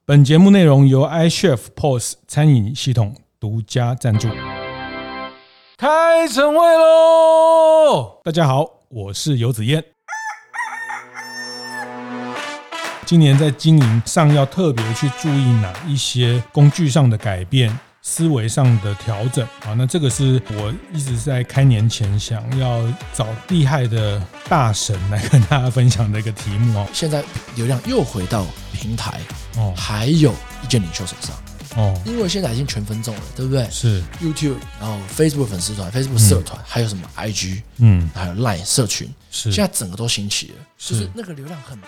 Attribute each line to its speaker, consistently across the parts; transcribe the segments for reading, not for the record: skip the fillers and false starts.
Speaker 1: 本节目内容由 iChef POS 餐饮系统独家赞助。开晨会喽！大家好，我是游子燕。今年在经营上要特别去注意哪一些工具上的改变、思维上的调整啊？那这个是我一直在开年前想要找厉害的大神来跟大家分享的一个题目哦。
Speaker 2: 现在流量又回到平台还有意见领袖手上因为现在已经全分众了，对不对？
Speaker 1: 是
Speaker 2: YouTube， 然后 Facebook 粉丝团、Facebook 社团，还有什么 IG， 还有 Line 社群，现在整个都兴起了，就是那个流量很大。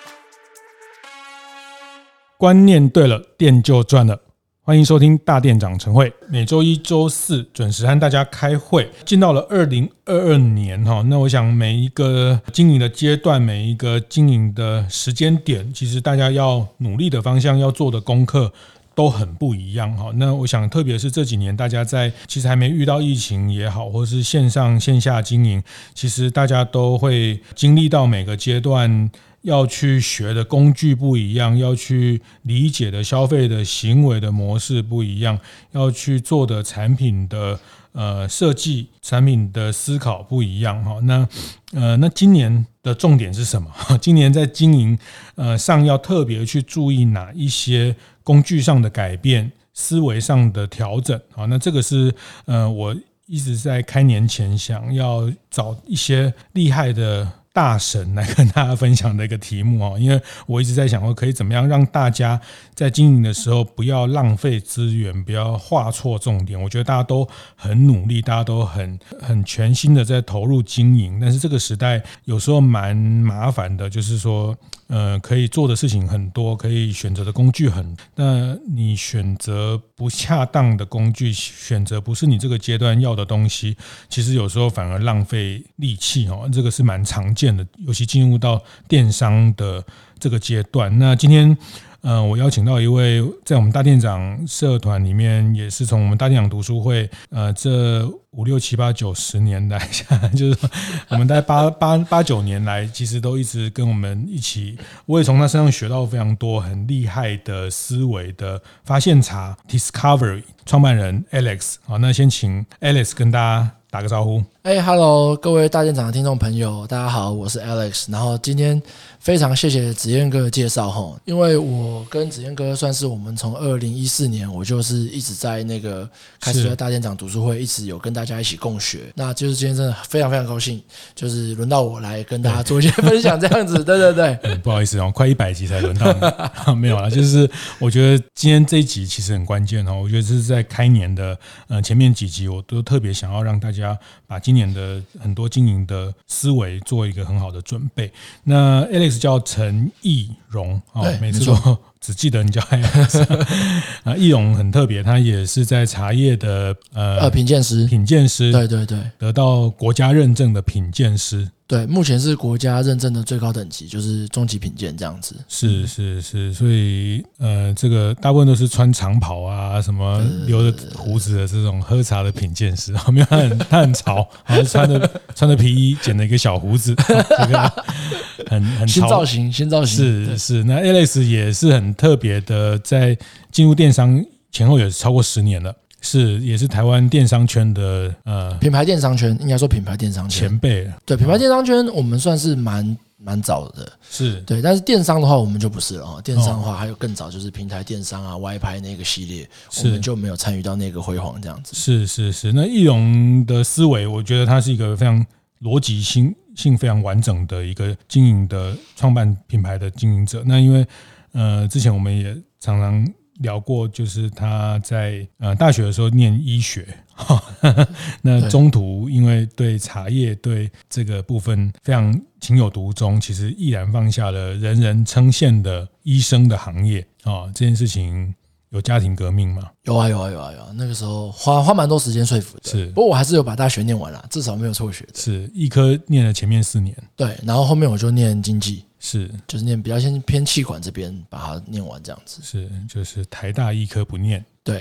Speaker 1: 观念对了，店就赚了。欢迎收听大店长晨会，每周一、周四准时和大家开会。进到了2022年那我想每一个经营的阶段，每一个经营的时间点，其实大家要努力的方向，要做的功课都很不一样。那我想特别是这几年大家在其实还没遇到疫情也好，或是线上线下经营，其实大家都会经历到每个阶段要去学的工具不一样，要去理解的消费的行为的模式不一样，要去做的产品的设计、产品的思考不一样。那今年的重点是什么？今年在经营上要特别去注意哪一些工具上的改变、思维上的调整。那这个是我一直在开年前想要找一些厉害的大神来跟大家分享的一个题目因为我一直在想说可以怎么样让大家在经营的时候不要浪费资源，不要画错重点。我觉得大家都很努力，大家都很全心的在投入经营，但是这个时代有时候蛮麻烦的，就是说可以做的事情很多，可以选择的工具很多，那你选择不恰当的工具，选择不是你这个阶段要的东西，其实有时候反而浪费力气这个是蛮常见的，尤其进入到电商的这个阶段。那今天我邀请到一位在我们大店长社团里面，也是从我们大店长读书会这5、6、7、8、9、10年来，就是我们在8、9年来，其实都一直跟我们一起，我也从他身上学到非常多很厉害的思维的发现茶 Discovery 创办人 Alex。 好，那先请 Alex 跟大家打个招呼。
Speaker 2: Hello， 各位大店长的听众朋友，大家好，我是 Alex。然后今天非常谢谢子燕哥的介绍因为我跟子燕哥算是我们从2014年，我就是一直在那个开始在大店长读书会，一直有跟大家一起共学。那就是今天真的非常非常高兴，就是轮到我来跟大家做一些分享，这样子。对，
Speaker 1: 不好意思快100集才轮到你没有啦，就是我觉得今天这一集其实很关键我觉得这是在开年的前面几集，我都特别想要让大家把今年的很多经营的思维做一个很好的准备。那 Alex 叫陈义荣每次都只记得你叫 Alex 义荣很特别，他也是在茶叶的
Speaker 2: 品鉴师，对，
Speaker 1: 得到国家认证的品鉴师。
Speaker 2: 对，目前是国家认证的最高等级，就是中级品鉴这样子。
Speaker 1: 是，所以这个大部分都是穿长袍啊，什么留着胡子的这种喝茶的品鉴师，没有他很潮，然后穿着皮衣，剪了一个小胡子，这个很潮
Speaker 2: 新造型
Speaker 1: 是。那 Alex 也是很特别的，在进入电商前后也超过10年了。也是台湾电商圈的
Speaker 2: 品牌电商圈，应该说品牌电商圈
Speaker 1: 前辈。对，
Speaker 2: 品牌电商圈我们算是蛮早的，对。但是电商的话我们就不是了电商的话还有更早，就是平台电商啊、歪拍那个系列，我们就没有参与到那个辉煌这样子。
Speaker 1: 是。那义荣的思维，我觉得他是一个非常逻辑性非常完整的一个经营的创办品牌的经营者。那因为之前我们也常常聊过，就是他在大学的时候念医学那中途因为对茶叶对这个部分非常情有独钟，其实毅然放下了人人称羡的医生的行业这件事情有家庭革命吗？
Speaker 2: 有啊，那个时候花蛮多时间说服的。
Speaker 1: 是，
Speaker 2: 不过我还是有把大学念完了，至少没有辍学的。
Speaker 1: 是，医科念了前面4年，
Speaker 2: 对，然后后面我就念经济，
Speaker 1: 就是
Speaker 2: 念比较偏企管这边，把它念完这样子。
Speaker 1: 是，就是台大医科不念。
Speaker 2: 对，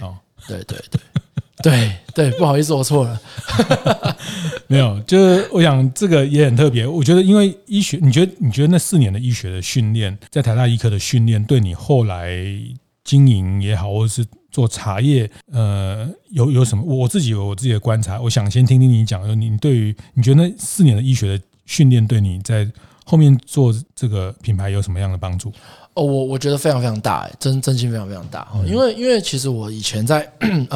Speaker 2: 对，不好意思，我错了。
Speaker 1: 没有，就是我想这个也很特别。我觉得，因为医学，你觉得那4年的医学的训练，在台大医科的训练，对你后来经营也好，或者是做茶叶，有什么？我自己有我自己的观察，我想先听听你讲，你对于你觉得那4年的医学的训练对你在后面做这个品牌有什么样的帮助？
Speaker 2: 我觉得非常非常大，真心非常非常大。因为其实我以前在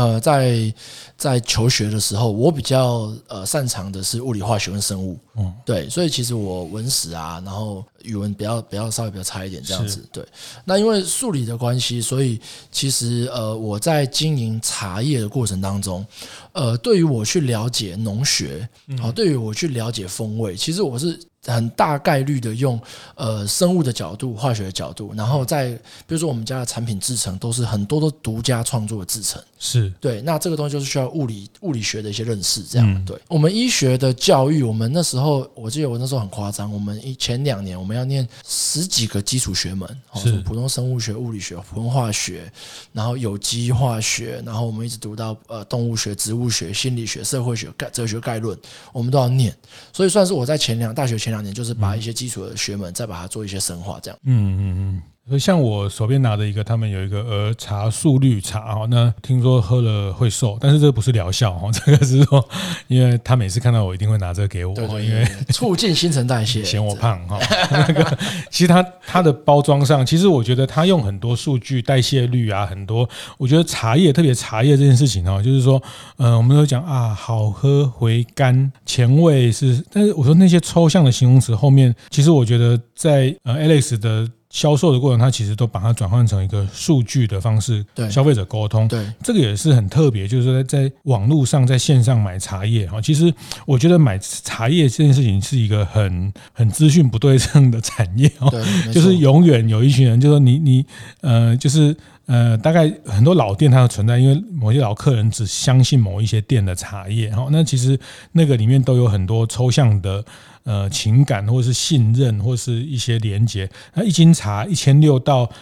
Speaker 2: 求学的时候，我比较擅长的是物理化学跟生物，对，所以其实我文史啊，然后语文稍微比较差一点这样子，对。那因为数理的关系，所以其实我在经营茶叶的过程当中，对于我去了解农学，对于我去了解风味，其实我是很大概率的用生物的角度、化学的角度，然后在比如说我们家的产品制成都是很多都独家创作的制成，
Speaker 1: 是
Speaker 2: 对。那这个东西就是需要物理学的一些认识，这样对。我们医学的教育，我们那时候我记得我那时候很夸张，我们前2年我们要念10几个基础学门，什么普通生物学、物理学、普通化学，然后有机化学，然后我们一直读到动物学、植物学、心理学、社会学、哲学概论，我们都要念。所以算是我在大学前2年，就是把一些基础的学门再把它做一些深化，这样。
Speaker 1: 所以像我手边拿的一个，他们有一个儿茶素绿茶，那听说喝了会瘦，但是这不是疗效，这个是说，因为他每次看到我一定会拿这个给我，
Speaker 2: 对，
Speaker 1: 因为
Speaker 2: 促进新陈代谢，
Speaker 1: 嫌我胖那个，其实它的包装上，其实我觉得它用很多数据，代谢率啊，很多，我觉得茶叶，特别茶叶这件事情就是说，我们都讲好喝、回甘、前味是，但是我说那些抽象的形容词后面，其实我觉得在Alex 的销售的过程，它其实都把它转换成一个数据的方式，消费者沟通。
Speaker 2: 对，
Speaker 1: 这个也是很特别，就是说在网络上、在线上买茶叶其实我觉得买茶叶这件事情是一个很资讯不对称的产业就是永远有一群人，就是说你就是大概很多老店它的存在，因为某些老客人只相信某一些店的茶叶，那其实那个里面都有很多抽象的情感或是信任或是一些连结。那一斤茶1600到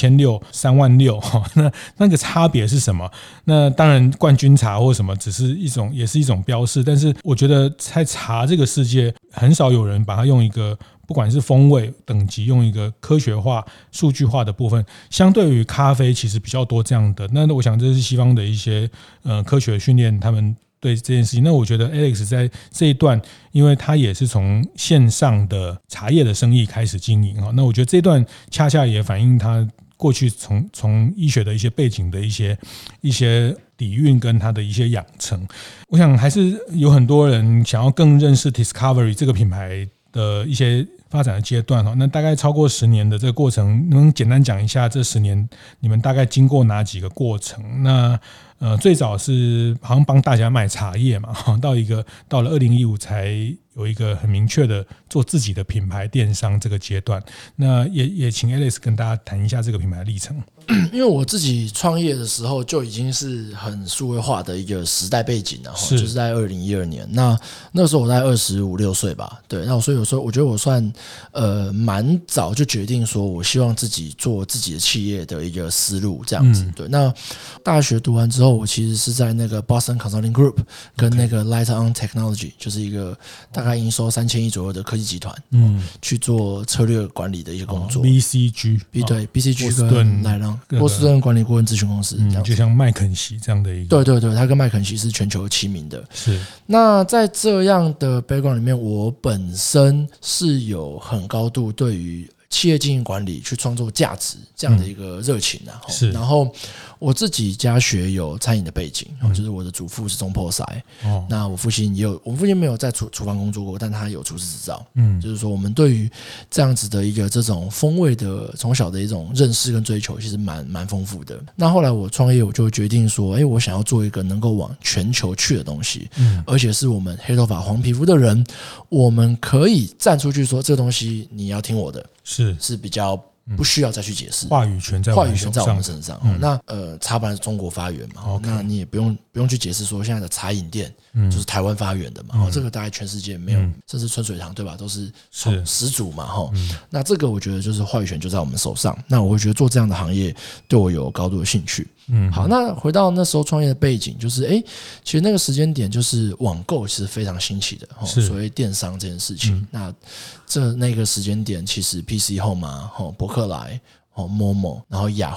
Speaker 1: 6600、36000，那个差别是什么？那当然冠军茶或什么只是也是一种标示，但是我觉得在茶这个世界，很少有人把它用一个不管是风味等级用一个科学化、数据化的部分，相对于咖啡其实比较多这样的。那我想这是西方的一些科学训练，他们对这件事情。那我觉得 Alex 在这一段，因为他也是从线上的茶叶的生意开始经营那我觉得这段恰恰也反映他过去从医学的一些背景的一些底蕴跟他的一些养成。我想还是有很多人想要更认识 Discovery 这个品牌的一些发展的阶段那大概超过10年的这个过程，能简单讲一下这10年你们大概经过哪几个过程？那最早是好像帮大家卖茶叶嘛，到了2015才有一个很明确的做自己的品牌电商这个阶段。那也请 Alex 跟大家谈一下这个品牌的历程。
Speaker 2: 因为我自己创业的时候就已经是很数位化的一个时代背景了，就是在2012年。那时候我在25、26岁吧，对。那所以我觉得我算蛮早就决定说，我希望自己做自己的企业的一个思路这样子。对。那大学读完之后，我其实是在那个 Boston Consulting Group 跟那个 Light On Technology， 就是一个大概营收3000亿左右的科技集团，去做策略管理的一些工作。
Speaker 1: BCG
Speaker 2: 对 BCG 跟 Light On。波士顿管理顾问咨询公司，
Speaker 1: 就像麦肯锡这样的一个，
Speaker 2: 对，他跟麦肯锡是全球齐名的。
Speaker 1: 是。
Speaker 2: 那在这样的 background 里面，我本身是有很高度对于企业经营管理去创造价值这样的一个热情
Speaker 1: 是。
Speaker 2: 然后我自己家学有餐饮的背景，就是我的祖父是中破塞，那我们父亲没有在厨房工作过，但他有厨师执照，就是说我们对于这样子的一个这种风味的从小的一种认识跟追求，其实蛮丰富的。那后来我创业，我就决定说，我想要做一个能够往全球去的东西，而且是我们黑头发黄皮肤的人，我们可以站出去说这个东西你要听我的，是比较不需要再去解释，
Speaker 1: 话语权在我们身上。
Speaker 2: 那茶本来是中国发源嘛，那你也不用去解释说现在的茶饮店就是台湾发源的嘛，这个大概全世界没有，甚至春水堂对吧，都是始祖嘛那这个我觉得就是话语权就在我们手上。那我会觉得做这样的行业对我有高度的兴趣。好，那回到那时候创业的背景，就是其实那个时间点就是网购其实非常兴起的，所谓电商这件事情。那那个时间点，其实 PC Home 博客来、Momo， 然后雅虎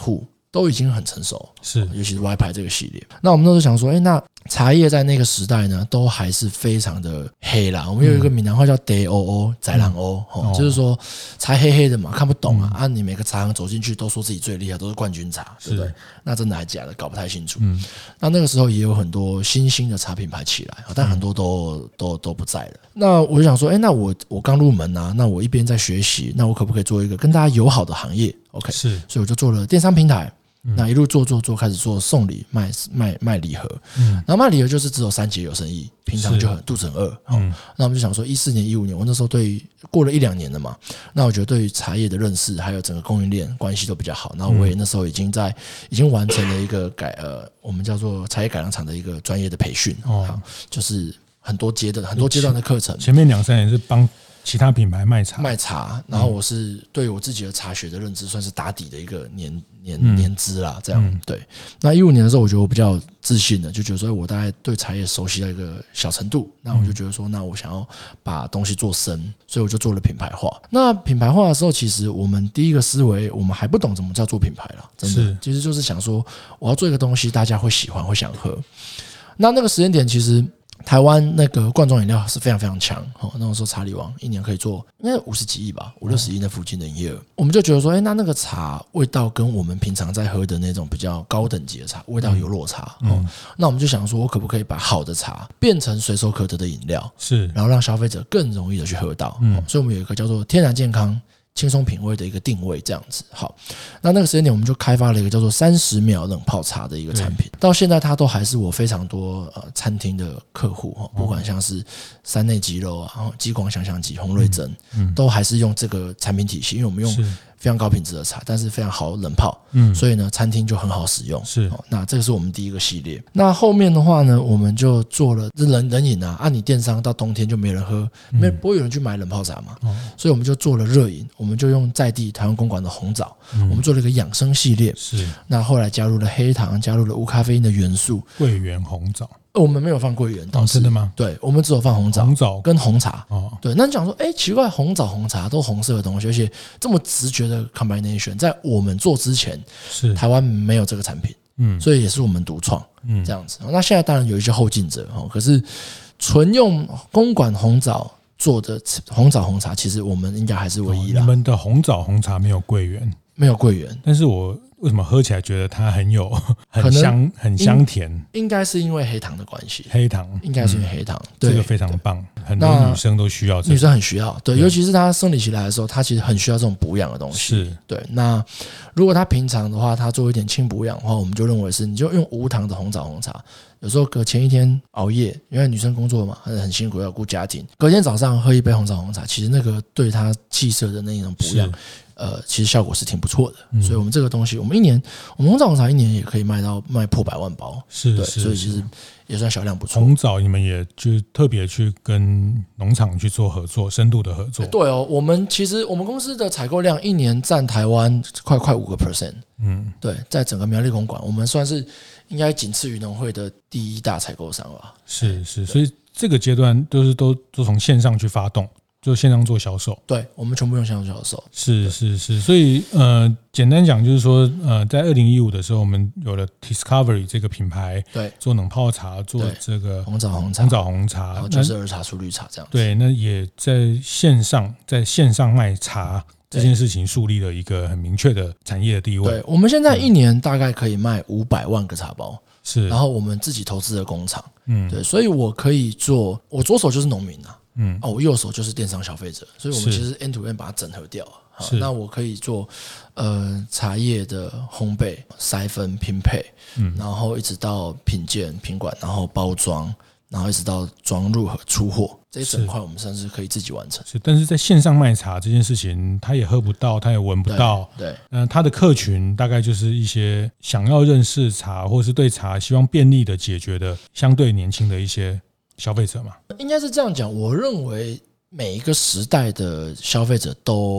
Speaker 2: 都已经很成熟，
Speaker 1: 是，
Speaker 2: 尤其是 Y 牌这个系列。那我们那时候想说，那茶叶在那个时代呢，都还是非常的黑啦。我们有一个闽南话叫“茶黑宅狼欧”，就是说茶黑黑的嘛，看不懂啊。你每个茶行走进去都说自己最厉害，都是冠军茶，对不对？那真的还假的，搞不太清楚。那个时候也有很多新兴的茶品牌起来，但很多都不在了。那我就想说，那我刚入门啊，那我一边在学习，那我可不可以做一个跟大家友好的行业 ？OK，
Speaker 1: 是，
Speaker 2: 所以我就做了电商平台。那一路做，开始做送礼，卖礼盒，然后卖礼盒就是只有3节有生意，平常就肚子很饿。那我们就想说，14年、15年，我那时候过了1-2年了嘛，那我觉得对于茶叶的认识，还有整个供应链关系都比较好。那我也那时候已经完成了一个我们叫做茶叶改良厂的一个专业的培训，就是很多阶段的课程。
Speaker 1: 前面2-3年是帮其他品牌卖茶，
Speaker 2: 然后我是对我自己的茶学的认知算是打底的一个年资啦，这样对。那15年的时候，我觉得我比较自信的，就觉得说我大概对茶叶熟悉到一个小程度，那我就觉得说，那我想要把东西做深，所以我就做了品牌化。那品牌化的时候，其实我们第一个思维，我们还不懂怎么叫做品牌啦，真的，其实就是想说，我要做一个东西，大家会喜欢，会想喝。那个时间点，其实台湾那个罐装饮料是非常非常强，那个时候茶里王1年可以做应该50几亿吧，50-60亿那附近的营业额。我们就觉得说，那个茶味道跟我们平常在喝的那种比较高等级的茶味道有落差，那我们就想说，我可不可以把好的茶变成随手可得的饮料，是，然后让消费者更容易的去喝到。所以我们有一个叫做天然健康轻松品味的一个定位，这样子。好，那个时间点我们就开发了一个叫做30秒冷泡茶的一个产品，到现在它都还是我非常多餐厅的客户，不管像是山内鸡肉啊、激光香香鸡、洪瑞珍，都还是用这个产品体系，因为我们用非常高品质的茶，但是非常好冷泡，所以呢，餐厅就很好使用。是，那这个是我们第一个系列。那后面的话呢，我们就做了冷饮啊，你电商到冬天就没人喝，不会有人去买冷泡茶嘛，所以我们就做了热饮，我们就用在地台湾公馆的红枣，我们做了一个养生系列。是，那后来加入了黑糖，加入了无咖啡因的元素，
Speaker 1: 桂圆红枣。
Speaker 2: 我们没有放桂圆，
Speaker 1: 真的吗？
Speaker 2: 对，我们只有放红枣跟红茶。对，那你讲说，奇怪，红茶都红色的东西，而且这么直觉的 combination， 在我们做之前，是台湾没有这个产品，所以也是我们独创，这样子。那现在当然有一些后进者，可是纯用公馆红枣做的红茶，其实我们应该还是唯一啦。
Speaker 1: 你们的红茶没有桂圆，
Speaker 2: 没有桂圆，
Speaker 1: 但是我为什么喝起来觉得它很香甜？
Speaker 2: 应该是因为黑糖的关系。
Speaker 1: 黑糖
Speaker 2: 应该是因为黑糖，对，
Speaker 1: 这个非常棒，很多女生都需要。
Speaker 2: 女生很需要，对，尤其是她生理期来的时候，她其实很需要这种补养的东西。是，对。那如果她平常的话，她做一点轻补养的话，我们就认为是你就用无糖的红茶。有时候隔前一天熬夜，因为女生工作嘛，很辛苦要顾家庭，隔天早上喝一杯红茶，其实那个对她气色的那种补养。其实效果是挺不错的，所以我们这个东西，我们红枣茶1年也可以卖破100万包，对，所以其实也算销量不错。
Speaker 1: 红枣你们也就特别去跟农场去做合作，深度的合作。
Speaker 2: 对哦，我们公司的采购量1年占台湾快5%，对，在整个苗栗公馆，我们算是应该仅次于农会的第1大采购商吧。
Speaker 1: 是，所以这个阶段都从线上去发动。就线上做销售，
Speaker 2: 对，我们全部用线上销售。
Speaker 1: 是，所以简单讲就是说，在2015的时候，我们有了 Discovery 这个品牌，对，做冷泡茶，做这个
Speaker 2: 红枣红茶，然后92茶出绿茶这样。
Speaker 1: 对，那也在线上卖茶这件事情树立了一个很明确的产业的地位。
Speaker 2: 对，我们现在1年大概可以卖500万个茶包。是，然后我们自己投资的工厂，对，所以我可以做，我左手就是农民啊。我右手就是电商消费者，所以我们其实 end to end 把它整合掉。那我可以做茶叶的烘焙、筛分、拼配，然后一直到品鉴、品管，然后包装，然后一直到装入和出货，这一整块我们甚至可以自己完成。
Speaker 1: 是，但是在线上卖茶这件事情，他也喝不到，他也闻不到。对，他的客群大概就是一些想要认识茶，或是对茶希望便利的解决的相对年轻的一些消费者嘛，
Speaker 2: 应该是这样讲。我认为每一个时代的消费者都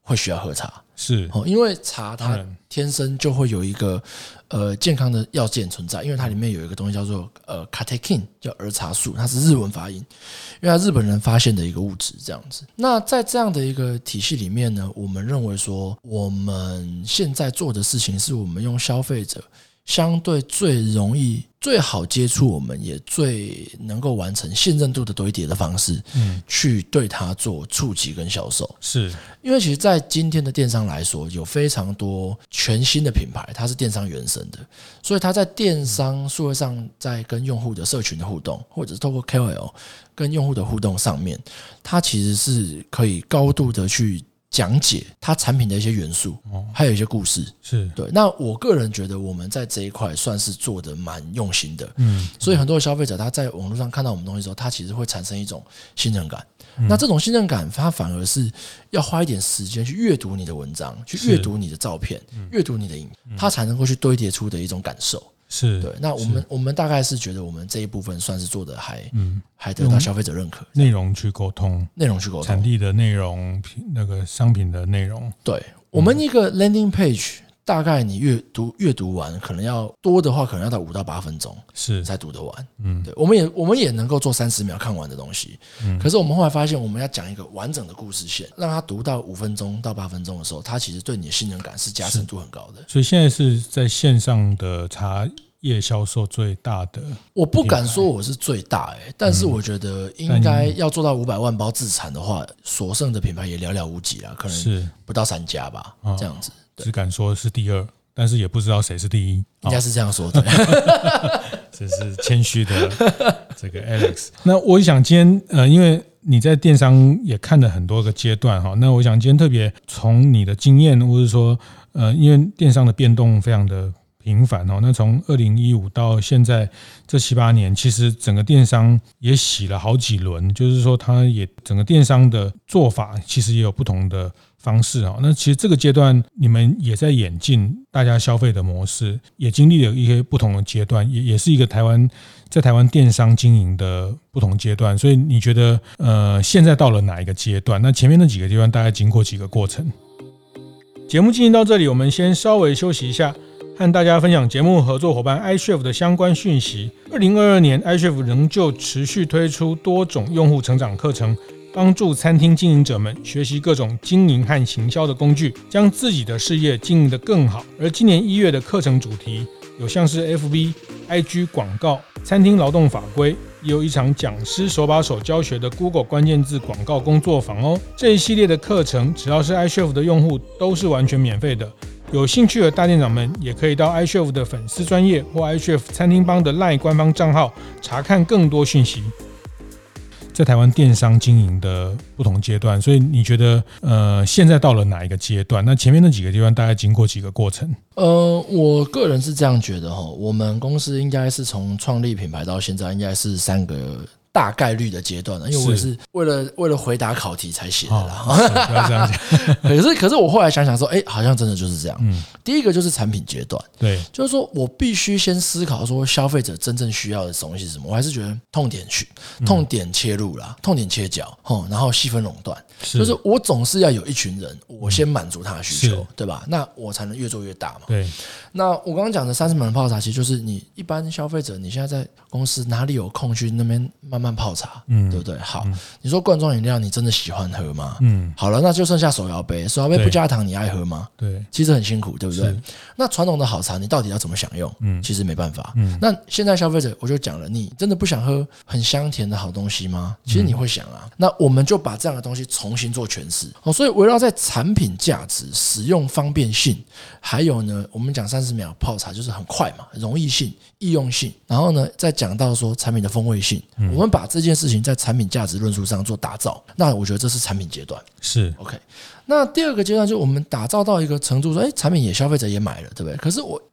Speaker 2: 会需要喝茶。
Speaker 1: 是
Speaker 2: 因为茶它天生就会有一个健康的要件存在，因为它里面有一个东西叫做catechin， 叫儿茶素，它是日文发音，因为它日本人发现的一个物质这样子。那在这样的一个体系里面呢，我们认为说我们现在做的事情是我们用消费者相对最容易、最好接触我们，也最能够完成信任度的堆叠的方式，去对它做触及跟销售。
Speaker 1: 是
Speaker 2: 因为其实在今天的电商来说，有非常多全新的品牌，它是电商原生的，所以它在电商数位上，在跟用户的社群的互动，或者是透过 KOL 跟用户的互动上面，它其实是可以高度的去讲解它产品的一些元素，还有一些故事。
Speaker 1: 是
Speaker 2: 对。那我个人觉得我们在这一块算是做的蛮用心的，所以很多的消费者他在网络上看到我们东西的时候，他其实会产生一种信任感。那这种信任感，他反而是要花一点时间去阅读你的文章，去阅读你的照片，阅读你的影片，他才能够去堆叠出的一种感受。
Speaker 1: 是
Speaker 2: 对。那我们大概是觉得我们这一部分算是做的还得到消费者认可，
Speaker 1: 内容去沟通，产地的内容，那个商品的内容。
Speaker 2: 对，我们一个 landing page。大概你阅读完，可能要多的话，可能要到5到8分钟
Speaker 1: 是
Speaker 2: 才读得完。对，我们也能够做30秒看完的东西。可是我们后来发现，我们要讲一个完整的故事线，让他读到5分钟到8分钟的时候，他其实对你的信任感是加深度很高的。
Speaker 1: 所以现在是在线上的茶叶销售最大的，
Speaker 2: 我不敢说我是最大但是我觉得应该要做到500万包自产的话，所剩的品牌也寥寥无几啦，可能不到3家吧，这样子。
Speaker 1: 只敢说是第2，但是也不知道谁是第1，
Speaker 2: 应该是这样说的。
Speaker 1: 这是谦虚的这个 Alex。那我想今天因为你在电商也看了很多个阶段哈，那我想今天特别从你的经验，或者说因为电商的变动非常的频繁哦，那从2015到现在这7、8年，其实整个电商也洗了好几轮，就是说它也整个电商的做法其实也有不同的方式哦。那其实这个阶段你们也在演进大家消费的模式，也经历了一些不同的阶段，也是一个在台湾电商经营的不同阶段。所以你觉得现在到了哪一个阶段？那前面那几个阶段大概经过几个过程？节目进行到这里，我们先稍微休息一下，和大家分享节目合作伙伴 iChef 的相关讯息。2022年 iChef 仍旧持续推出多种用户成长课程，帮助餐厅经营者们学习各种经营和行销的工具，将自己的事业经营得更好。而今年1月的课程主题有像是 FB、IG 广告、餐厅劳动法规，也有一场讲师手把手教学的 Google 关键字广告工作坊哦。这一系列的课程，只要是 iChef 的用户都是完全免费的。有兴趣的大店长们也可以到 iChef 的粉丝专页或 iChef 餐厅帮的 LINE 官方账号查看更多讯息。在台湾电商经营的不同阶段，所以你觉得现在到了哪一个阶段？那前面那几个阶段大概经过几个过程？
Speaker 2: 我个人是这样觉得我们公司应该是从创立品牌到现在应该是3个大概率的阶段了，因为我也是为了回答考题才写的啦。
Speaker 1: 不要这样讲。
Speaker 2: 可是我后来想想说，好像真的就是这样。第一个就是产品阶段，
Speaker 1: 对，
Speaker 2: 就是说我必须先思考说消费者真正需要的东西是什么。我还是觉得痛点切入啦，痛点切角，然后细分垄断，就是我总是要有一群人，我先满足他的需求，对吧？那我才能越做越大嘛。
Speaker 1: 对。
Speaker 2: 那我刚刚讲的30秒的泡茶，其实就是你一般消费者，你现在在公司哪里有空去那边慢慢泡茶，对不对？好，你说罐装饮料你真的喜欢喝吗？好了，那就剩下手摇杯，手摇杯不加糖你爱喝吗？
Speaker 1: 对，
Speaker 2: 其实很辛苦，对不对？那传统的好茶你到底要怎么享用？其实没办法。那现在消费者我就讲了，你真的不想喝很香甜的好东西吗？其实你会想啊。那我们就把这样的东西重新做诠释。所以围绕在产品价值、使用方便性，还有呢，我们讲30秒泡茶就是很快嘛，容易性、易用性，然后呢，再讲到说产品的风味性，我们把这件事情在产品价值论述上做打造。那我觉得这是产品阶段，
Speaker 1: 是
Speaker 2: OK。那第二个阶段就是我们打造到一个程度说，产品也消费者也买了，对不对？可是我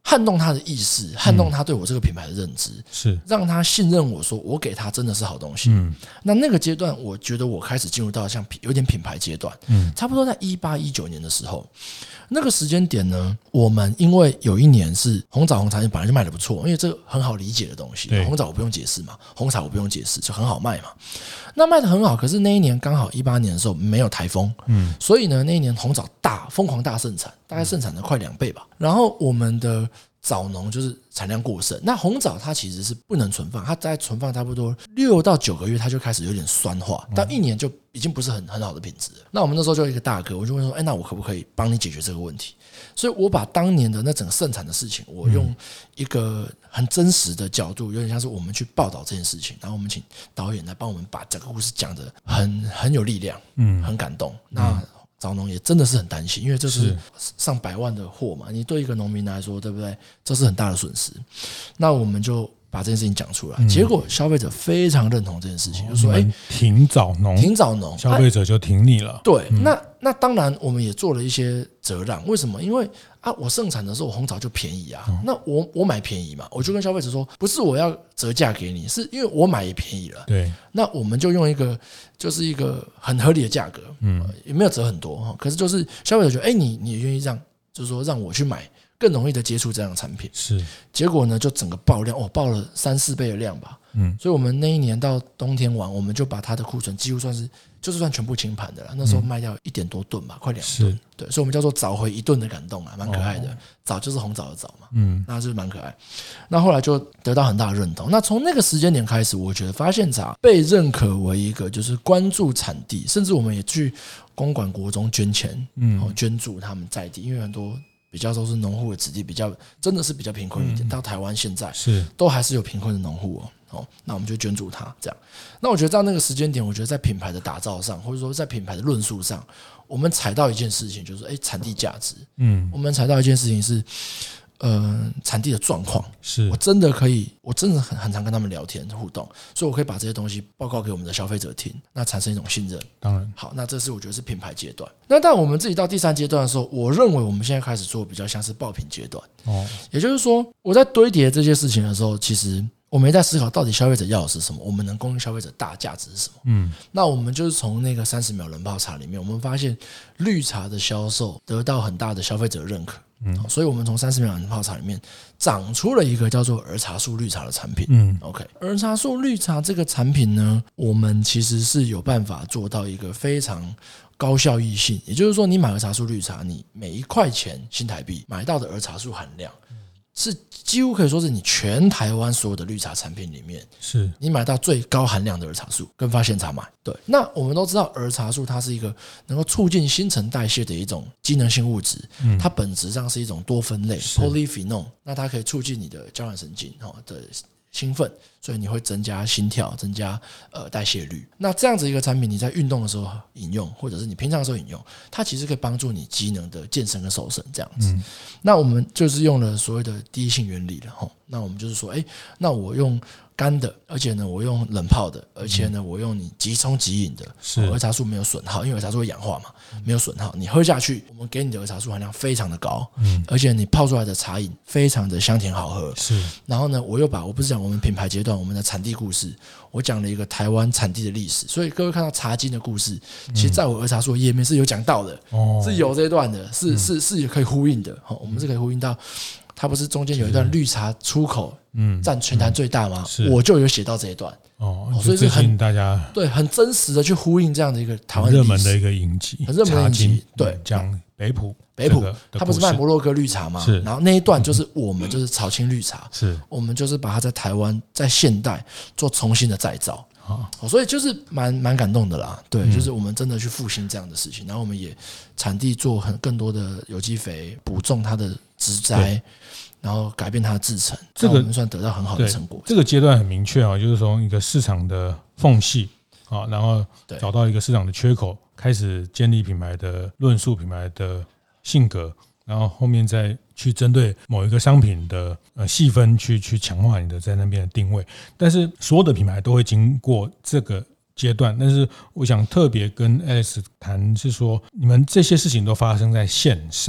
Speaker 2: 撼动他的意识，撼动他对我这个品牌的认知，
Speaker 1: 是
Speaker 2: 让他信任我说我给他真的是好东西。那个阶段，我觉得我开始进入到像有点品牌阶段，差不多在18、19年的时候。那个时间点呢，我们因为有一年是红枣红茶本来就卖得不错，因为这个很好理解的东西，红枣我不用解释嘛，红茶我不用解释，就很好卖嘛。那卖得很好，可是那一年刚好18年的时候没有台风，所以呢那一年红枣疯狂大盛产，大概盛产了快2倍吧。然后我们的枣农就是产量过剩，那红枣它其实是不能存放，它在存放差不多6到9个月，它就开始有点酸化，到1年就已经不是很好的品质了。那我们那时候就有一个大哥，我就问说，那我可不可以帮你解决这个问题？所以我把当年的那整个盛产的事情，我用一个很真实的角度，有点像是我们去报道这件事情，然后我们请导演来帮我们把整个故事讲得很有力量，很感动。那枣农也真的是很担心，因为这是上百万的货嘛，你对一个农民来说，对不对？这是很大的损失。那我们就把这件事情讲出来，结果消费者非常认同这件事情，就说：“
Speaker 1: 挺枣农，
Speaker 2: 挺枣农，
Speaker 1: 消费者就挺你了。”
Speaker 2: 对，那当然我们也做了一些折让，为什么？因为我盛产的时候红枣就便宜啊，那我买便宜嘛，我就跟消费者说，不是我要折价给你，是因为我买也便宜了。
Speaker 1: 对，
Speaker 2: 那我们就用一个就是一个很合理的价格，也没有折很多，可是就是消费者觉得，你也愿意就是说让我去买。更容易的接触这样的产品，
Speaker 1: 是
Speaker 2: 结果呢，就整个爆量，爆了3-4倍的量吧。所以我们那一年到冬天完，我们就把它的库存几乎算全部清盘的了。那时候卖掉1点多吨吧，快2吨。对，所以我们叫做找回1吨的感动啊，蛮可爱的。枣就是红枣的枣嘛，那就是蛮可爱。那后来就得到很大的认同。那从那个时间点开始，我觉得发现茶被认可为一个就是关注产地，甚至我们也去公馆国中捐钱，捐助他们在地，因为很多。比较都是农户的子弟，真的是比较贫困一点。到台湾现在都还是有贫困的农户那我们就捐助他这样。那我觉得在那个时间点，我觉得在品牌的打造上，或者说在品牌的论述上，我们踩到一件事情，就是产地价值。我们踩到一件事情是。产地的状况，
Speaker 1: 是
Speaker 2: 我真的很常跟他们聊天互动，所以我可以把这些东西报告给我们的消费者听，那产生一种信任。
Speaker 1: 当然，
Speaker 2: 好，那这是我觉得是品牌阶段。那当我们自己到第3阶段的时候，我认为我们现在开始做比较像是爆品阶段。也就是说，我在堆叠这些事情的时候，其实我们也在思考到底消费者要的是什么，我们能供应消费者大价值是什么。那我们就是从那个30秒冷泡茶里面，我们发现绿茶的销售得到很大的消费者认可。所以我们从30秒冷泡茶里面长出了一个叫做儿茶素绿茶的产品。OK， 儿茶素绿茶这个产品呢，我们其实是有办法做到一个非常高效益性，也就是说，你买儿茶素绿茶，你每1块钱新台币买到的儿茶素含量，是几乎可以说是你全台湾所有的绿茶产品里面，是你买到最高含量的儿茶素，跟发现茶买。对，那我们都知道儿茶素它是一个能够促进新陈代谢的一种机能性物质，它本质上是一种多酚类 polyphenol， 那它可以促进你的交感神经的兴奋，所以你会增加心跳，增加代谢率。那这样子一个产品，你在运动的时候饮用，或者是你平常的时候饮用，它其实可以帮助你机能的健身跟瘦身这样子。那我们就是用了所谓的第一性原理了。那我们就是说，那我用干的，而且呢，我用冷泡的，而且呢，我用你即冲即饮的，儿茶素没有损耗，因为儿茶素会氧化嘛，没有损耗，你喝下去，我们给你的儿茶素含量非常的高，而且你泡出来的茶饮非常的香甜好喝。是，然后呢，我不是讲我们品牌阶段我们的产地故事，我讲了一个台湾产地的历史，所以各位看到茶经的故事，其实在我儿茶素的页面是有讲到的，是有这一段的，是也可以呼应的。我们是可以呼应到。它不是中间有一段绿茶出口占全台最大吗？我就有写到这一段
Speaker 1: 所以是很大家
Speaker 2: 对很真实的去呼应这样的一个台湾
Speaker 1: 热门的一个影集，
Speaker 2: 很热门的影集。对，
Speaker 1: 讲北埔，
Speaker 2: 它不是卖摩洛哥绿茶吗？然后那一段就是我们就是草青绿茶，我们就是把它在台湾在现代做重新的再造。所以就是蛮感动的啦，对，就是我们真的去复兴这样的事情，然后我们也产地做更多的有机肥，补种它的植栽，然后改变它的制程，这个我们算得到很好的成果。
Speaker 1: 这个阶段很明确就是从一个市场的缝隙然后找到一个市场的缺口，开始建立品牌的论述、品牌的性格。然后后面再去针对某一个商品的细分去强化你的在那边的定位，但是所有的品牌都会经过这个阶段。但是我想特别跟 Alex 谈是说，你们这些事情都发生在线上，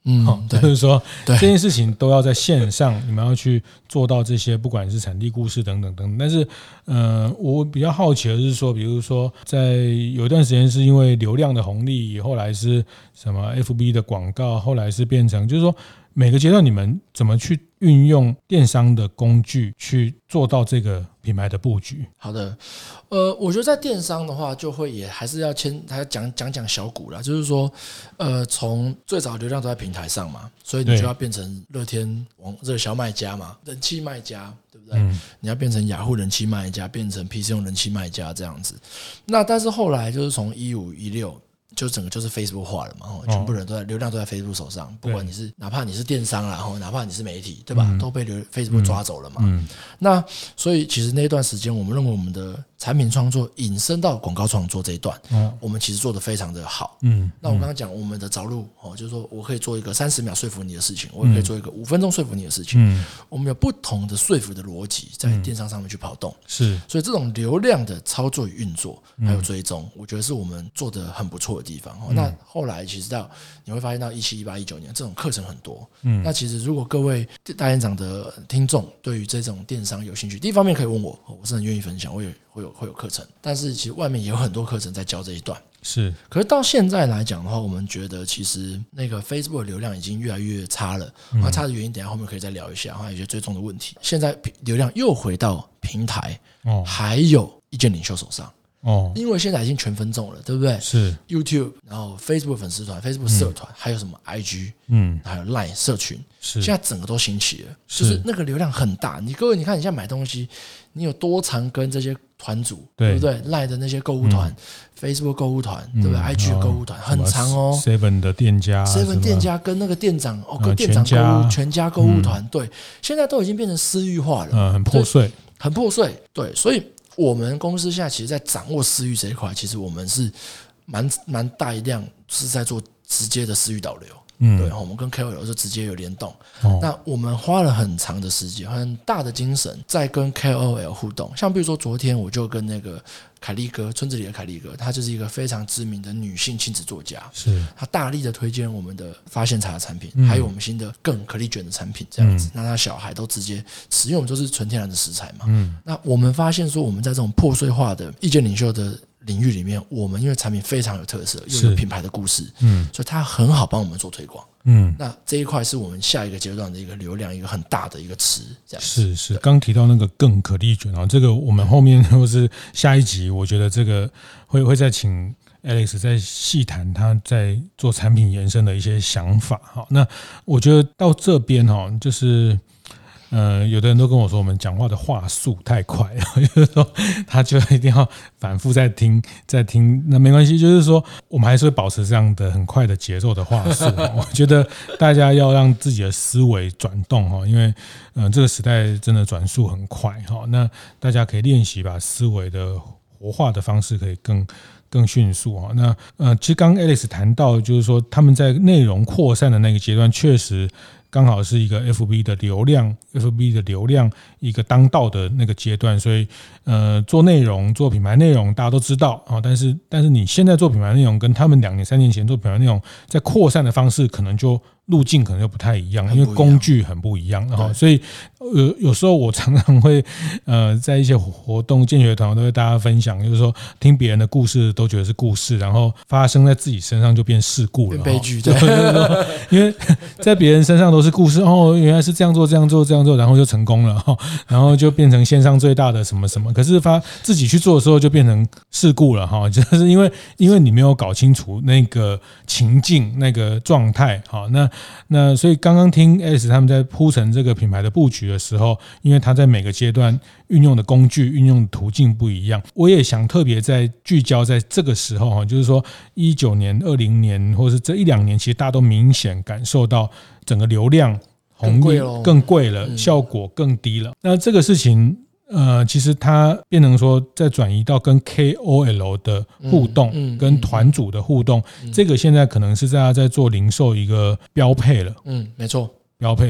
Speaker 1: 就是说
Speaker 2: 对
Speaker 1: 这件事情都要在线上，你们要去做到这些，不管是产地故事等等等等。但是，我比较好奇的是说，比如说在有一段时间是因为流量的红利，后来是什么 FB 的广告，后来是变成就是说每个阶段你们怎么去运用电商的工具去做到这个品牌的布局？
Speaker 2: 好的，我觉得在电商的话，就会也还是要讲小股啦，就是说，从最早流量都在平台上嘛，所以你就要变成乐天热销卖家嘛，人气卖家，对不对？你要变成雅虎人气卖家，变成 PC 用人气卖家这样子。那但是后来就是从15、16。就整个就是 Facebook 化了嘛，全部人都在流量都在 Facebook 手上，不管你是哪怕你是电商啦，哪怕你是媒体，对吧？都被Facebook 抓走了嘛。那所以其实那段时间，我们认为我们的产品创作引申到广告创作这一段，我们其实做得非常的好。那我刚刚讲我们的着陆就是说我可以做一个30秒说服你的事情，我也可以做一个5分钟说服你的事情。我们有不同的说服的逻辑在电商上面去跑动，
Speaker 1: 是，
Speaker 2: 所以这种流量的操作与运作还有追踪，我觉得是我们做得很不错的地方。那后来其实你会发现到17、18、19年这种课程很多。那其实如果各位大店长的听众对于这种电商有兴趣，第一方面可以问我，我是很愿意分享，我也会有课程。但是其实外面也有很多课程在教这一段。
Speaker 1: 是，
Speaker 2: 可是到现在来讲的话，我们觉得其实那个 Facebook 的流量已经越来越差了。差的原因等一下后面可以再聊一下，还有一些追踪的问题。现在流量又回到平台，还有意见领袖手上。因为现在已经全分众了，对不对？
Speaker 1: 是
Speaker 2: YouTube， 然后 Facebook 粉丝团、Facebook 社团，还有什么 IG，还有 Line 社群，现在整个都兴起了，就是那个流量很大。各位，你看你现在买东西，你有多常跟这些团组，对不对 ？Line 的那些购物团、Facebook 购物团，对不对 ？IG 的购物团很长哦。
Speaker 1: 7的店家
Speaker 2: ，7店家跟那个店长跟店长购物，全家购物团，对，现在都已经变成私域化了，
Speaker 1: 很破碎，
Speaker 2: 很破碎，对，所以。我们公司现在其实在掌握私域这一块，其实我们是蛮大一量是在做直接的私域导流。对，我们跟 KOL 就直接有联动。那我们花了很长的时间、很大的精神在跟 KOL 互动。像比如说昨天我就跟那个凯莉哥，村子里的凯莉哥，她就是一个非常知名的女性亲子作家，
Speaker 1: 是
Speaker 2: 她大力的推荐我们的发现茶的产品，还有我们新的更可丽卷的产品，这样子，那她小孩都直接吃，因为我们都是纯天然的食材嘛。那我们发现说，我们在这种破碎化的意见领袖的领域里面，我们因为产品非常有特色，又有品牌的故事，所以它很好帮我们做推广。那这一块是我们下一个阶段的一个流量，一个很大的一个池，这样
Speaker 1: 是。刚提到那个更可丽卷这个我们后面或是下一集，我觉得这个会再请 Alex 在细谈他在做产品延伸的一些想法。那我觉得到这边就是有的人都跟我说，我们讲话的话速太快了，就是说他就一定要反复再听。那没关系，就是说我们还是会保持这样的很快的节奏的话速。我觉得大家要让自己的思维转动，因为这个时代真的转速很快。那大家可以练习把思维的活化的方式可以更迅速。那其实刚刚 Alex 谈到，就是说他们在内容扩散的那个阶段，确实刚好是一个 FB 的流量一个当道的那个阶段，所以做内容做品牌内容大家都知道但是你现在做品牌内容跟他们2年3年前做品牌内容在扩散的方式可能就路径可能就不太一样，因为工具很不一样。所以有时候我常常会在一些活动见学团都会大家分享，就是说听别人的故事都觉得是故事，然后发生在自己身上就变事故了，
Speaker 2: 变悲剧。对，
Speaker 1: 因为在别人身上都是故事，原来是这样做，然后就成功了，然后就变成线上最大的什么什么。可是自己去做的时候就变成事故了，就是因为你没有搞清楚那个情境、那个状态。那所以刚刚听 Alex 他们在铺陈这个品牌的布局的时候，因为他在每个阶段运用的工具、运用的途径不一样，我也想特别在聚焦在这个时候，就是说19年、20年，或是这1-2年，其实大家都明显感受到整个流量红利更贵了，效果更低了。那这个事情其实它变成说在转移到跟 KOL 的互动，跟团组的互动，这个现在可能是大家在做零售一个标配了。
Speaker 2: 没错，
Speaker 1: 标配了。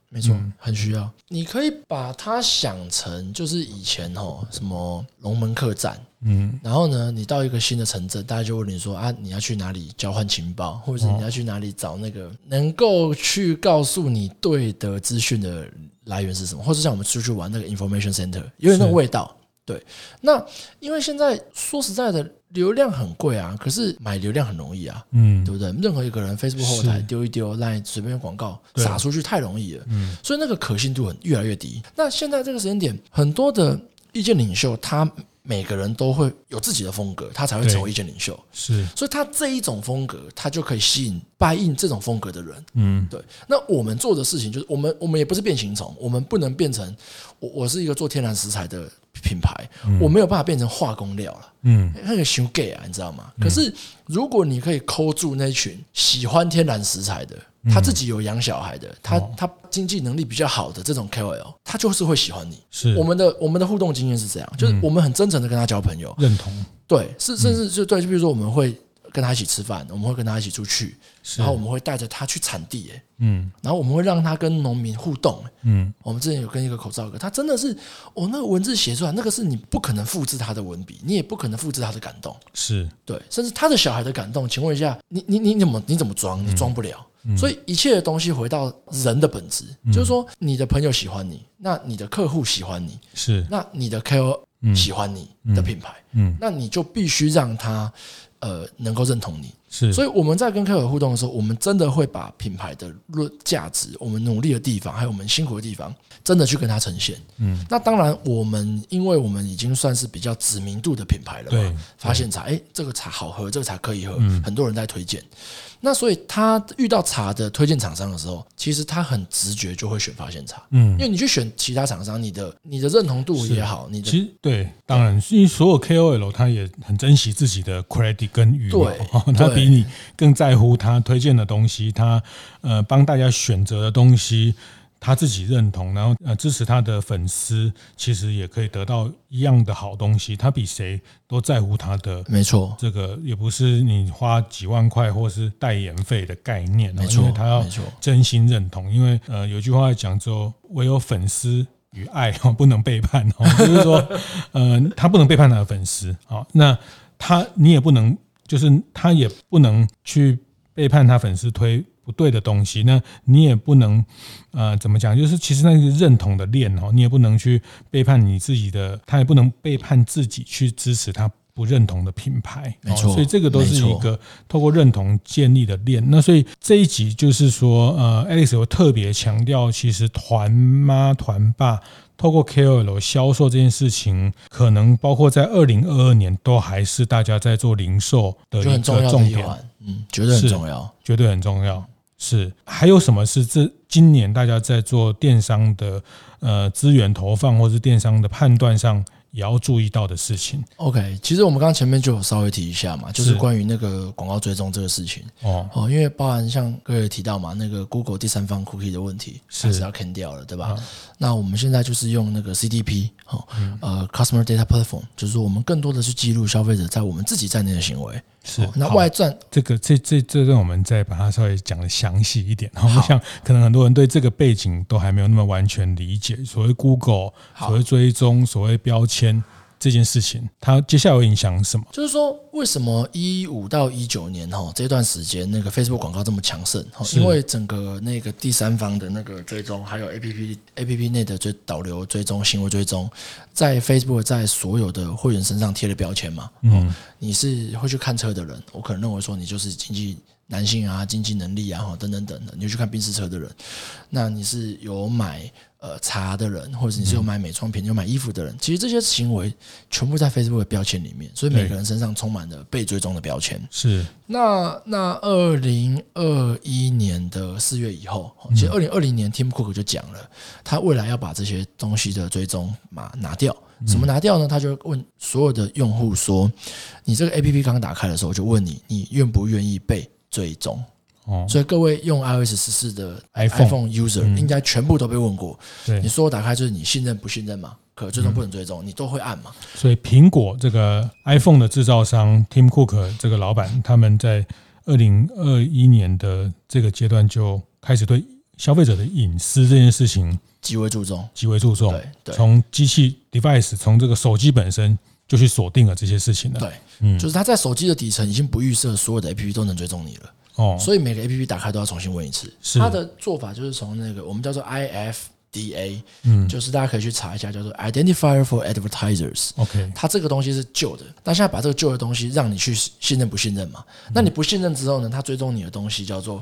Speaker 2: 没错，很需要。你可以把它想成就是以前什么龙门客栈，然后呢，你到一个新的城镇，大家就问你说啊，你要去哪里交换情报，或者是你要去哪里找那个能够去告诉你对的资讯的来源是什么，或者像我们出去玩那个 information center， 有点那个味道。对，那因为现在说实在的，流量很贵啊，可是买流量很容易啊，对不对？任何一个人 Facebook 后台丢一丢，让随便广告撒出去太容易了，所以那个可信度越来越低。那现在这个时间点，很多的意见领袖，他每个人都会有自己的风格，他才会成为意见领袖。
Speaker 1: 是，
Speaker 2: 所以他这一种风格，他就可以吸引buy in这种风格的人。对。那我们做的事情就是，我们也不是变形虫，我们不能变成我是一个做天然食材的品牌，我没有办法变成化工料了。那个太 gay 啊，你知道吗？可是如果你可以扣住那群喜欢天然食材的，他自己有养小孩的，他经济能力比较好的这种 KOL， 他就是会喜欢你。是我们的互动经验是这样，就是我们很真诚的跟他交朋友，
Speaker 1: 认同。
Speaker 2: 对，甚至就对，就比如说我们会跟他一起吃饭，我们会跟他一起出去，然后我们会带着他去产地，然后我们会让他跟农民互动，我们之前有跟一个口罩哥，他真的是那个文字写出来，那个是你不可能复制他的文笔，你也不可能复制他的感动，
Speaker 1: 是对，
Speaker 2: 甚至他的小孩的感动，请问一下，你怎么装？你装不了。所以一切的东西回到人的本质，就是说你的朋友喜欢你，那你的客户喜欢你，是那你的 KOL 喜欢你的品牌，那你就必须让他能够认同你。是，所以我们在跟KOL互动的时候，我们真的会把品牌的价值、我们努力的地方，还有我们辛苦的地方，真的去跟他呈现。那当然，因为我们已经算是比较知名度的品牌了嘛，发现茶，这个茶好喝，这个茶可以喝，很多人在推荐。那所以他遇到茶的推荐厂商的时候，其实他很直觉就会选发现茶，因为你去选其他厂商，你的认同度也好，你的
Speaker 1: 其实对，当然，因为所有 KOL 他也很珍惜自己的 credit 跟羽毛，他比你更在乎他推荐的东西，他帮大家选择的东西。他自己认同，然后支持他的粉丝，其实也可以得到一样的好东西。他比谁都在乎他的，
Speaker 2: 没错。
Speaker 1: 这个也不是你花几万块或是代言费的概念，
Speaker 2: 没错，
Speaker 1: 因为他要真心认同。因为有句话讲说，唯有粉丝与爱不能背叛，就是说他不能背叛他的粉丝，那你也不能，就是他也不能去背叛他粉丝推不对的东西，那你也不能怎么讲？就是其实那个认同的链你也不能去背叛你自己的，他也不能背叛自己去支持他不认同的品牌，
Speaker 2: 没错。
Speaker 1: 所以这个都是一个透过认同建立的链。那所以这一集就是说，Alex 有特别强调，其实团妈团爸透过 KOL 销售这件事情，可能包括在2022年都还是大家在做零售的一个重点。
Speaker 2: 绝对很重要，
Speaker 1: 绝对很重要。是，还有什么是今年大家在做电商的资源投放或是电商的判断上也要注意到的事情。
Speaker 2: OK， 其实我们刚刚前面就有稍微提一下嘛，就是关于那个广告追踪这个事情。因为包含像各位提到嘛，那个 Google 第三方 cookie 的问题开始要 can 掉了，对吧？那我们现在就是用那个 CDP Customer Data Platform， 就是说我们更多的去记录消费者在我们自己在内的行为。
Speaker 1: 是，
Speaker 2: 那外传
Speaker 1: 这让我们再把它稍微讲的详细一点。我想可能很多人对这个背景都还没有那么完全理解，所谓 Google， 所谓追踪，所谓标签这件事情，它接下来会影响什么？
Speaker 2: 就是说，为什么15到19年这段时间那个 Facebook 广告这么强盛？因为整个那个第三方的那个追踪，还有 APP 内的导流追踪、行为追踪，在 Facebook 在所有的会员身上贴了标签嘛。你是会去看车的人，我可能认为说你就是男性啊，经济能力啊，等等等的，你就去看宾士车的人，那你是有买茶的人，或者你是有买美妆品、有买衣服的人，其实这些行为全部在 Facebook 的标签里面，所以每个人身上充满了被追踪的标签。是，那2021年的4月以后，其实2020年 Tim Cook 就讲了，他未来要把这些东西的追踪码拿掉。什么拿掉呢？他就问所有的用户说：“你这个 APP 刚打开的时候，就问你愿不愿意被追踪？”所以各位用 iOS 14的 iPhone user 应该全部都被问过。你说打开就是你信任不信任嘛？可追踪不能追踪，你都会按嘛？
Speaker 1: 所以苹果这个 iPhone 的制造商 Tim Cook 这个老板，他们在2021年的这个阶段就开始对消费者的隐私这件事情
Speaker 2: 极为注重，对，
Speaker 1: 从机器 device 从这个手机本身就去锁定了这些事情了。
Speaker 2: 对，就是它在手机的底层已经不预设所有的 APP 都能追踪你了。所以每个 APP 打开都要重新问一次。它的做法就是从那个我们叫做 IFDA，就是大家可以去查一下，叫做 Identifier for Advertisers。OK， 它这个东西是旧的，但现在把这个旧的东西让你去信任不信任嘛？那你不信任之后呢，它追踪你的东西叫做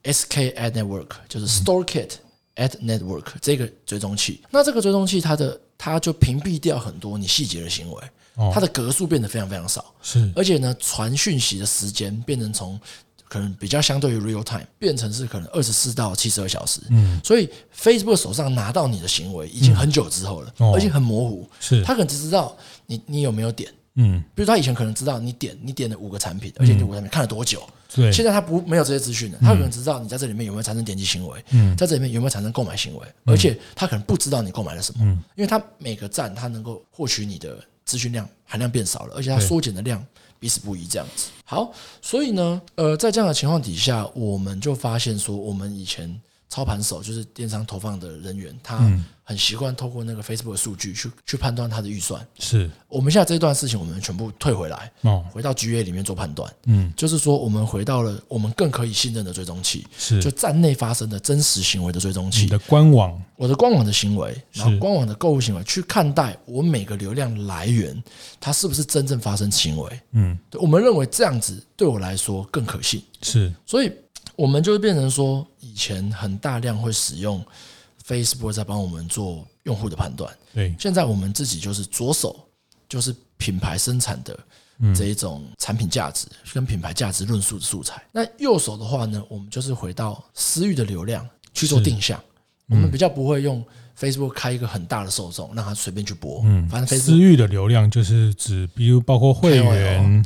Speaker 2: SK Ad Network， 就是 StoreKit Ad Network 这个追踪器。那这个追踪器它就屏蔽掉很多你细节的行为，它的格数变得非常非常少，而且呢，传讯息的时间变成从可能比较相对于 real time 变成是可能24到72小时，所以 Facebook 手上拿到你的行为已经很久之后了，而且很模糊，他可能只知道你有没有点，比如他以前可能知道你点了5个产品，而且你5个产品看了多久，现在他没有这些资讯了，他可能知道你在这里面有没有产生点击行为，在这里面有没有产生购买行为，而且他可能不知道你购买了什么，因为他每个站他能够获取你的资讯量含量变少了，而且他缩减的量彼此不一这样子。好，所以呢，在这样的情况底下，我们就发现说，我们以前操盘手就是电商投放的人员，他很习惯透过那个 Facebook 的数据去判断他的预算。是我们现在这段事情，我们全部退回来，回到 GA 里面做判断。就是说我们回到了我们更可以信任的追踪器，就站内发生的真实行为的追踪器。你的官网，我的官网的行为，然后官网的购物行为，去看待我每个流量来源，它是不是真正发生行为。我们认为这样子对我来说更可信。所以我们就变成说，以前很大量会使用 Facebook 在帮我们做用户的判断，现在我们自己就是左手就是品牌生产的这一种产品价值跟品牌价值论述的素材，那右手的话呢，我们就是回到私域的流量去做定向，我们比较不会用 Facebook 开一个很大的受众让他随便去播，反正私域的流量就是指比如包括会员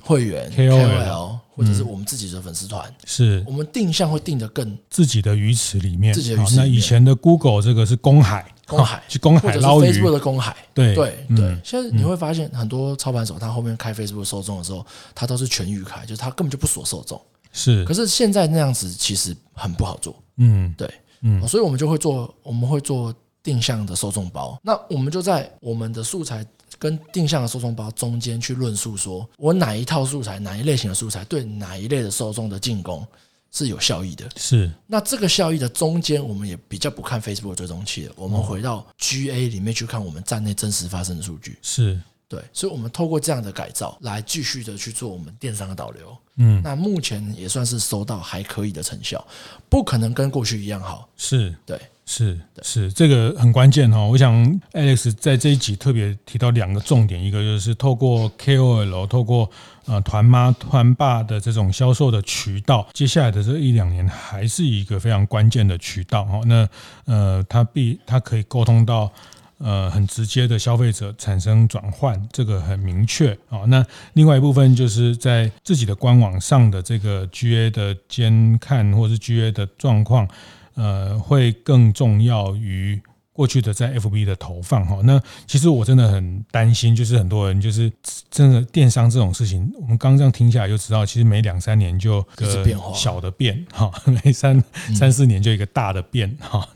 Speaker 2: KOL 或者是我们自己的粉丝团，是我们定向会定得更自己的鱼池里面。那以前的 Google 这个是公海去公海捞鱼，或者是 Facebook 的公海。对。现在你会发现很多操盘手他后面开 Facebook 受众的时候，他都是全域开，就是他根本就不锁受众。可是现在那样子其实很不好做。对。所以我们会做定向的受众包，那我们就在我们的素材跟定向的受众包中间去论述说，我哪一套素材，哪一类型的素材对哪一类的受众的进攻是有效益的。那这个效益的中间，我们也比较不看 Facebook 的追踪器了，我们回到 GA 里面去看我们站内真实发生的数据。对，所以我们透过这样的改造来继续的去做我们电商的导流。那目前也算是收到还可以的成效，不可能跟过去一样好。对。是，这个很关键哈。我想 Alex 在这一集特别提到2个重点，一个就是透过 KOL， 透过团妈团爸的这种销售的渠道，接下来的这1-2年还是一个非常关键的渠道哈。那它可以沟通到很直接的消费者产生转换，这个很明确啊。那另外一部分就是在自己的官网上的这个 GA 的监看或是 GA 的状况。会更重要于过去的在 FB 的投放哈。那其实我真的很担心，就是很多人就是真的电商这种事情，我们刚这样听下来就知道，其实每2-3年就个小的变哈，每3-4年就一个大的变哈。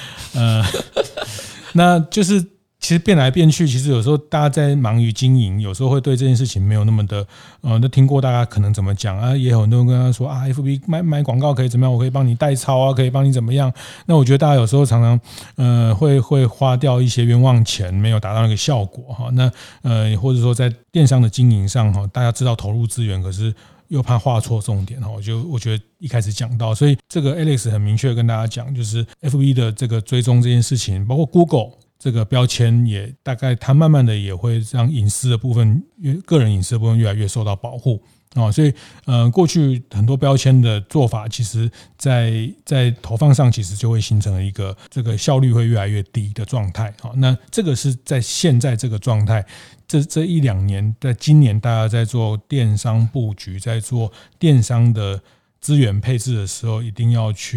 Speaker 2: 那就是其实变来变去，其实有时候大家在忙于经营，有时候会对这件事情没有那么的那听过大家可能怎么讲啊，也有很多人跟他说啊 FB 买广告可以怎么样，我可以帮你代操啊，可以帮你怎么样。那我觉得大家有时候常常会花掉一些冤枉钱，没有达到那个效果哈。那或者说在电商的经营上哈，大家知道投入资源，可是又怕画错重点哈。我觉得一开始讲到，所以这个 Alex 很明确跟大家讲，就是 FB 的这个追踪这件事情，包括 Google。这个标签也大概，它慢慢的也会让隐私的部分，个人隐私的部分越来越受到保护啊。所以过去很多标签的做法，其实在投放上，其实就会形成了一个这个效率会越来越低的状态啊。那这个是在现在这个状态，这1-2年，在今年大家在做电商布局，在做电商的资源配置的时候，一定要去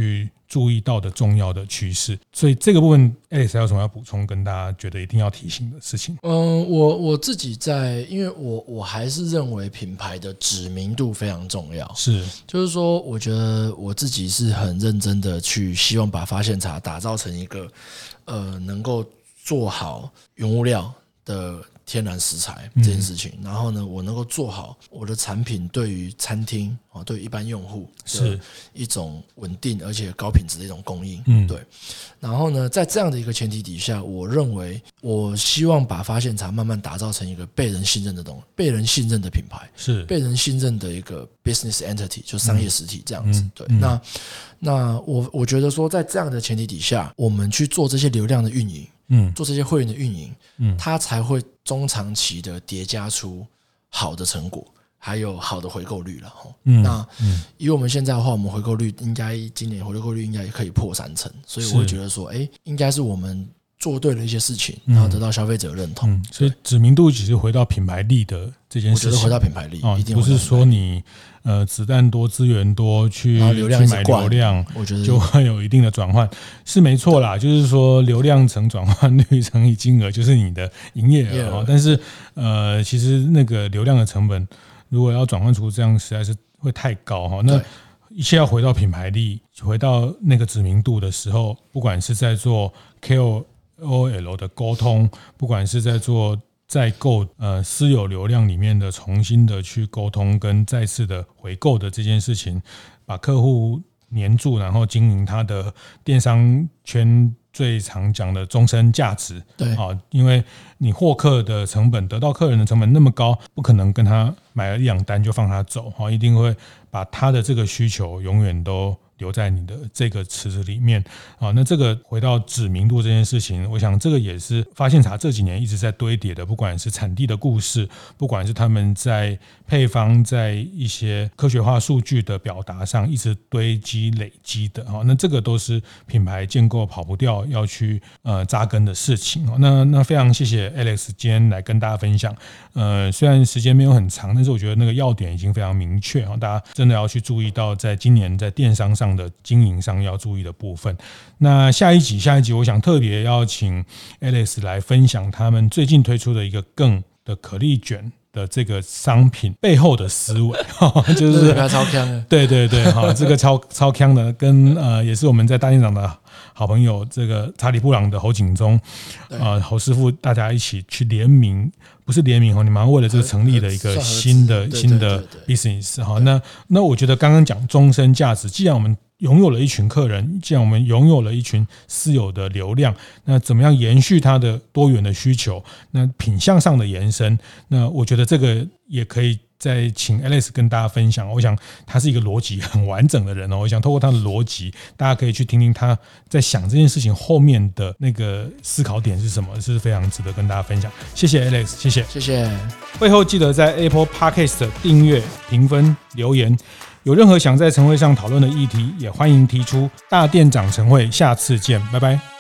Speaker 1: 注意到的重要的趋势。所以这个部分 Alex 还有什么要补充跟大家觉得一定要提醒的事情？
Speaker 2: 我自己因为我还是认为品牌的知名度非常重要，就是说我觉得我自己是很认真的去希望把发现茶打造成一个能够做好原物料的天然食材这件事情，然后呢，我能够做好我的产品对于餐厅对于一般用户是一种稳定而且高品质的一种供应，对。然后呢，在这样的一个前提底下，我认为我希望把发现茶慢慢打造成一个被人信任的被人信任的品牌，是被人信任的一个 business entity， 就商业实体这样子。对，那我觉得说，在这样的前提底下，我们去做这些流量的运营。做这些会员的运营，它才会中长期的叠加出好的成果，还有好的回购率了。那以我们现在的话，我们回购率今年回购率应该也可以破30%，所以我会觉得说，应该是我们做对了一些事情，然后得到消费者认同。
Speaker 1: 所以知名度其实回到品牌力的这件事情，
Speaker 2: 我觉得回到品牌力，一定
Speaker 1: 不是说你子弹多资源多去买流量，我觉得就会有一定的转换，是没错啦。就是说流量乘转换率乘以金额就是你的营业额，但是其实那个流量的成本如果要转换出这样，实在是会太高哈。那一切要回到品牌力，回到那个知名度的时候，不管是在做 KOL 的沟通，不管是在做再购私有流量里面的重新的去沟通跟再次的回购的这件事情，把客户黏住，然后经营他的电商圈最常讲的终身价值。对，因为你获客的成本，得到客人的成本那么高，不可能跟他买了1-2单就放他走，一定会把他的这个需求永远都留在你的这个池子里面。那这个回到知名度这件事情，我想这个也是发现茶这几年一直在堆叠的，不管是产地的故事，不管是他们在配方，在一些科学化数据的表达上一直堆积累积的。那这个都是品牌建构跑不掉要去扎根的事情。那非常谢谢 Alex 今天来跟大家分享。虽然时间没有很长，但是我觉得那个要点已经非常明确，大家真的要去注意到在今年在电商上的经营上要注意的部分。那下一集我想特别邀请 Alex 来分享他们最近推出的一个更的可丽卷的这个商品背后的思维，就是
Speaker 2: 超强的，
Speaker 1: 对，这个超强的，跟也是我们在大店长的好朋友这个查理布朗的侯景忠侯师傅，大家一起去联名，不是联名你们为了这个成立的一个新的 business。那我觉得刚刚讲终身价值，既然我们拥有了一群客人，既然我们拥有了一群私有的流量，那怎么样延续它的多元的需求？那品项上的延伸，那我觉得这个也可以再请 Alex 跟大家分享。我想他是一个逻辑很完整的人我想透过他的逻辑，大家可以去听听他在想这件事情后面的那个思考点是什么，是非常值得跟大家分享。谢谢 Alex， 谢谢。会后记得在 Apple Podcast 订阅、评分、留言。有任何想在晨会上讨论的议题，也欢迎提出。大店长晨会，下次见，拜拜。